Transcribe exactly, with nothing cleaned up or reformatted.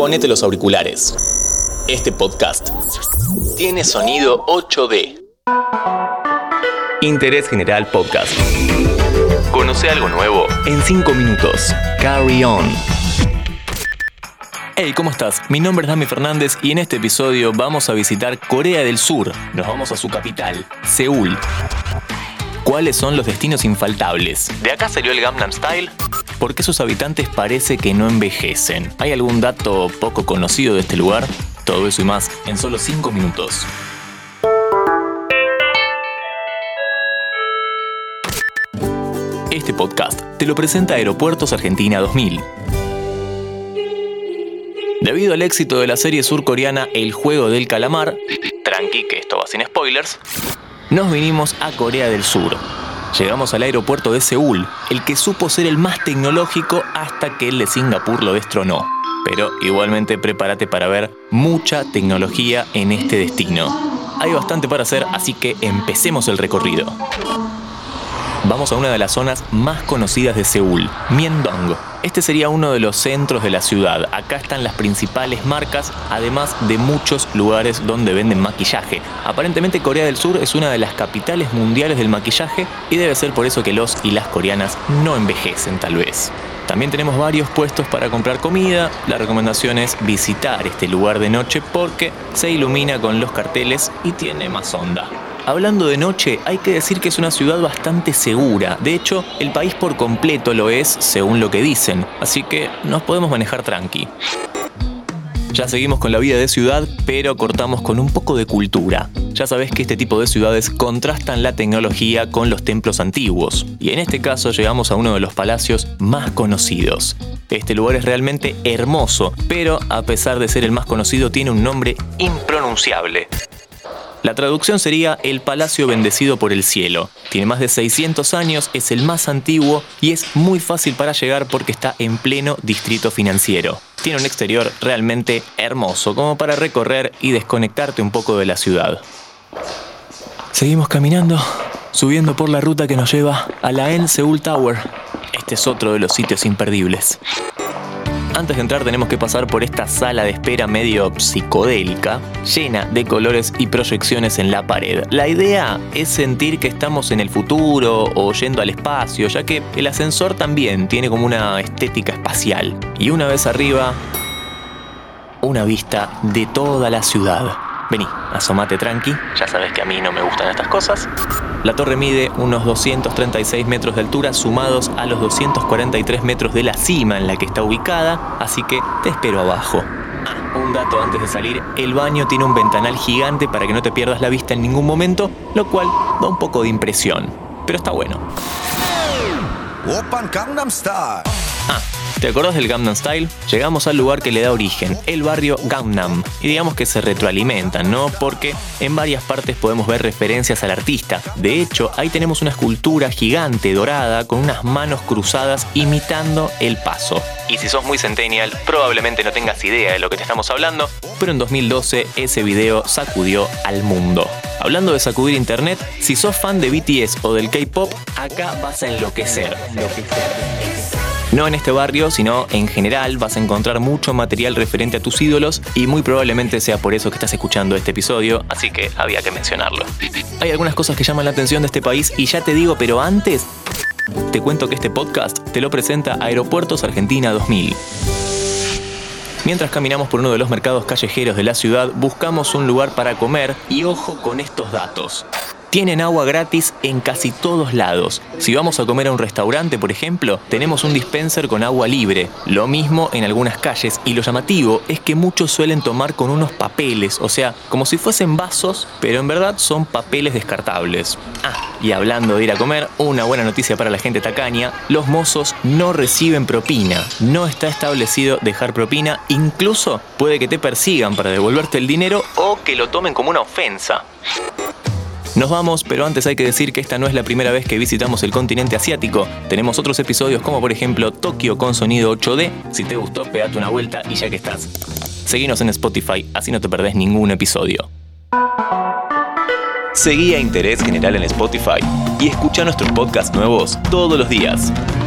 ponete los auriculares. Este podcast tiene sonido ocho D. Interés General Podcast. Conoce algo nuevo en cinco minutos. Carry on. Hey, ¿cómo estás? Mi nombre es Dami Fernández y en este episodio vamos a visitar Corea del Sur. Nos vamos a su capital, Seúl. ¿Cuáles son los destinos infaltables? ¿De acá salió el Gangnam Style? ¿Por qué sus habitantes parece que no envejecen? ¿Hay algún dato poco conocido de este lugar? Todo eso y más en solo cinco minutos. Este podcast te lo presenta Aeropuertos Argentina dos mil. Debido al éxito de la serie surcoreana El Juego del Calamar, tranqui que esto va sin spoilers, nos vinimos a Corea del Sur. Llegamos al aeropuerto de Seúl, el que supo ser el más tecnológico hasta que el de Singapur lo destronó. Pero igualmente prepárate para ver mucha tecnología en este destino. Hay bastante para hacer, así que empecemos el recorrido. Vamos a una de las zonas más conocidas de Seúl, Myeongdong. Este sería uno de los centros de la ciudad. Acá están las principales marcas, además de muchos lugares donde venden maquillaje. Aparentemente Corea del Sur es una de las capitales mundiales del maquillaje y debe ser por eso que los y las coreanas no envejecen tal vez. También tenemos varios puestos para comprar comida. La recomendación es visitar este lugar de noche porque se ilumina con los carteles y tiene más onda. Hablando de noche, hay que decir que es una ciudad bastante segura. De hecho, el país por completo lo es, según lo que dicen. Así que nos podemos manejar tranqui. Ya seguimos con la vida de ciudad, pero cortamos con un poco de cultura. Ya sabés que este tipo de ciudades contrastan la tecnología con los templos antiguos. Y en este caso llegamos a uno de los palacios más conocidos. Este lugar es realmente hermoso, pero a pesar de ser el más conocido, tiene un nombre impronunciable. La traducción sería el Palacio Bendecido por el Cielo. Tiene más de seiscientos años, es el más antiguo y es muy fácil para llegar porque está en pleno distrito financiero. Tiene un exterior realmente hermoso, como para recorrer y desconectarte un poco de la ciudad. Seguimos caminando, subiendo por la ruta que nos lleva a la En Seoul Tower. Este es otro de los sitios imperdibles. Antes de entrar tenemos que pasar por esta sala de espera medio psicodélica, llena de colores y proyecciones en la pared. La idea es sentir que estamos en el futuro o yendo al espacio, ya que el ascensor también tiene como una estética espacial. Y una vez arriba, una vista de toda la ciudad. Vení, asomate tranqui, ya sabes que a mí no me gustan estas cosas. La torre mide unos doscientos treinta y seis metros de altura sumados a los doscientos cuarenta y tres metros de la cima en la que está ubicada, así que te espero abajo. Ah, un dato antes de salir, el baño tiene un ventanal gigante para que no te pierdas la vista en ningún momento, lo cual da un poco de impresión, pero está bueno. Oppan Gangnam Style. Ah, ¿te acordás del Gangnam Style? Llegamos al lugar que le da origen, el barrio Gangnam. Y digamos que se retroalimentan, ¿no? Porque en varias partes podemos ver referencias al artista. De hecho, ahí tenemos una escultura gigante dorada con unas manos cruzadas imitando el paso. Y si sos muy centennial, probablemente no tengas idea de lo que te estamos hablando, pero en dos mil doce ese video sacudió al mundo. Hablando de sacudir internet, si sos fan de B T S o del K-pop, acá vas a enloquecer. No en este barrio, sino en general vas a encontrar mucho material referente a tus ídolos y muy probablemente sea por eso que estás escuchando este episodio, así que había que mencionarlo. Hay algunas cosas que llaman la atención de este país y ya te digo, pero antes te cuento que este podcast te lo presenta Aeropuertos Argentina dos mil. Mientras caminamos por uno de los mercados callejeros de la ciudad, buscamos un lugar para comer y ojo con estos datos. Tienen agua gratis en casi todos lados. Si vamos a comer a un restaurante, por ejemplo, tenemos un dispenser con agua libre. Lo mismo en algunas calles y lo llamativo es que muchos suelen tomar con unos papeles, o sea, como si fuesen vasos, pero en verdad son papeles descartables. Ah, y hablando de ir a comer, una buena noticia para la gente tacaña, los mozos no reciben propina. No está establecido dejar propina, incluso puede que te persigan para devolverte el dinero o que lo tomen como una ofensa. Nos vamos, pero antes hay que decir que esta no es la primera vez que visitamos el continente asiático. Tenemos otros episodios como por ejemplo Tokio con sonido ocho D. Si te gustó, pegate una vuelta y ya que estás. Seguinos en Spotify, así no te perdés ningún episodio. Seguí a Interés General en Spotify y escucha nuestros podcasts nuevos todos los días.